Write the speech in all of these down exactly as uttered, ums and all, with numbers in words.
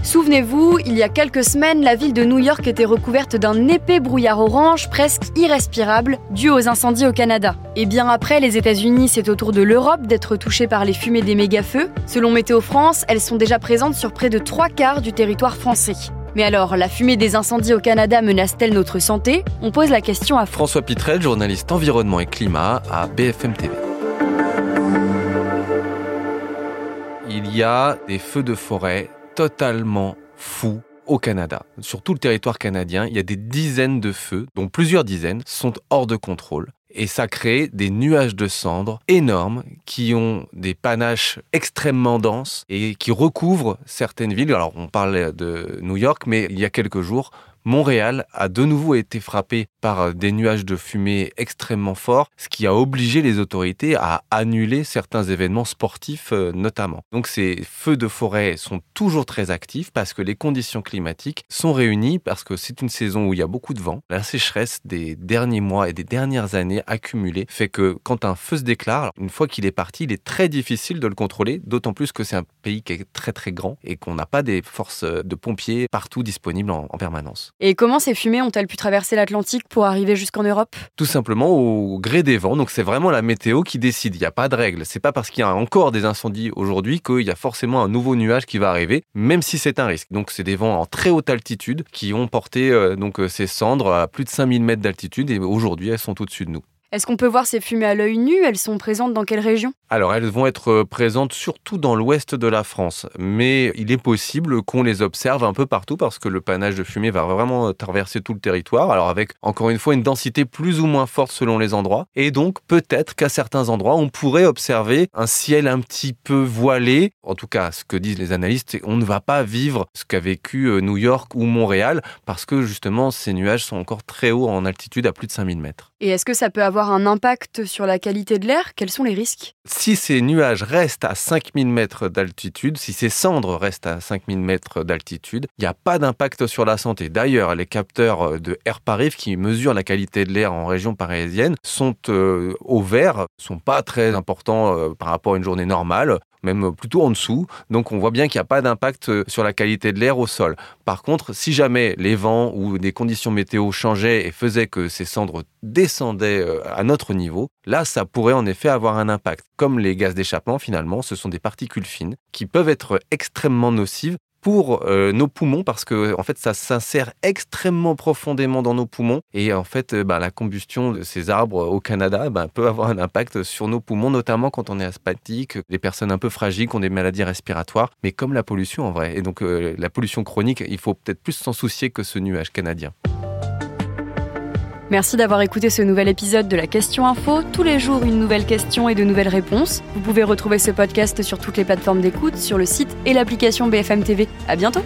Souvenez-vous, il y a quelques semaines, la ville de New York était recouverte d'un épais brouillard orange presque irrespirable dû aux incendies au Canada. Et bien après les États-Unis, c'est au tour de l'Europe d'être touchée par les fumées des méga-feux. Selon Météo France, elles sont déjà présentes sur près de trois quarts du territoire français. Mais alors, la fumée des incendies au Canada menace-t-elle notre santé ? On pose la question à François Pitrel, journaliste environnement et climat à B F M T V. Il y a des feux de forêt totalement fous au Canada. Sur tout le territoire canadien, il y a des dizaines de feux, dont plusieurs dizaines sont hors de contrôle. Et ça crée des nuages de cendres énormes qui ont des panaches extrêmement denses et qui recouvrent certaines villes. Alors, on parle de New York, mais il y a quelques jours, Montréal a de nouveau été frappé par des nuages de fumée extrêmement forts, ce qui a obligé les autorités à annuler certains événements sportifs notamment. Donc ces feux de forêt sont toujours très actifs parce que les conditions climatiques sont réunies, parce que c'est une saison où il y a beaucoup de vent. La sécheresse des derniers mois et des dernières années accumulée fait que quand un feu se déclare, une fois qu'il est parti, il est très difficile de le contrôler, d'autant plus que c'est un pays qui est très très grand et qu'on n'a pas des forces de pompiers partout disponibles en, en permanence. Et comment ces fumées ont-elles pu traverser l'Atlantique pour arriver jusqu'en Europe ? Tout simplement au gré des vents, donc c'est vraiment la météo qui décide, il n'y a pas de règle. C'est pas parce qu'il y a encore des incendies aujourd'hui qu'il y a forcément un nouveau nuage qui va arriver, même si c'est un risque. Donc c'est des vents en très haute altitude qui ont porté euh, donc, ces cendres à plus de cinq mille mètres d'altitude et aujourd'hui elles sont au-dessus de nous. Est-ce qu'on peut voir ces fumées à l'œil nu ? Elles sont présentes dans quelle région ? Alors, elles vont être présentes surtout dans l'ouest de la France. Mais il est possible qu'on les observe un peu partout parce que le panache de fumée va vraiment traverser tout le territoire. Alors, avec, encore une fois, une densité plus ou moins forte selon les endroits. Et donc, peut-être qu'à certains endroits, on pourrait observer un ciel un petit peu voilé. En tout cas, ce que disent les analystes, c'est qu'on ne va pas vivre ce qu'a vécu New York ou Montréal parce que, justement, ces nuages sont encore très hauts en altitude, à plus de cinq mille mètres. Et est-ce que ça peut avoir un impact sur la qualité de l'air ? Quels sont les risques ? Si ces nuages restent à cinq mille mètres d'altitude, si ces cendres restent à cinq mille mètres d'altitude, il n'y a pas d'impact sur la santé. D'ailleurs, les capteurs de AirParif qui mesurent la qualité de l'air en région parisienne sont euh, au vert, ne sont pas très importants euh, par rapport à une journée normale, même plutôt en dessous. Donc on voit bien qu'il n'y a pas d'impact sur la qualité de l'air au sol. Par contre, si jamais les vents ou des conditions météo changeaient et faisaient que ces cendres descendaient à notre niveau, là, ça pourrait en effet avoir un impact. Comme les gaz d'échappement, finalement, ce sont des particules fines qui peuvent être extrêmement nocives pour euh, nos poumons parce que en fait ça s'insère extrêmement profondément dans nos poumons et en fait euh, bah, la combustion de ces arbres au Canada bah, peut avoir un impact sur nos poumons, notamment quand on est asthmatique, les personnes un peu fragiles qui ont des maladies respiratoires, mais comme la pollution en vrai. Et donc euh, la pollution chronique, il faut peut-être plus s'en soucier que ce nuage canadien. Merci d'avoir écouté ce nouvel épisode de la Question Info. Tous les jours, une nouvelle question et de nouvelles réponses. Vous pouvez retrouver ce podcast sur toutes les plateformes d'écoute, sur le site et l'application B F M T V. À bientôt.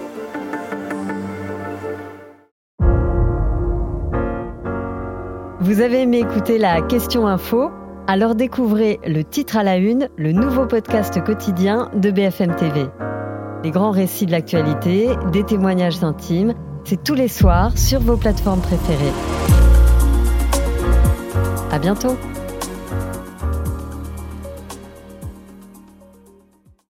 Vous avez aimé écouter la Question Info ? Alors découvrez le titre à la une, le nouveau podcast quotidien de B F M T V. Les grands récits de l'actualité, des témoignages intimes, c'est tous les soirs sur vos plateformes préférées. À bientôt.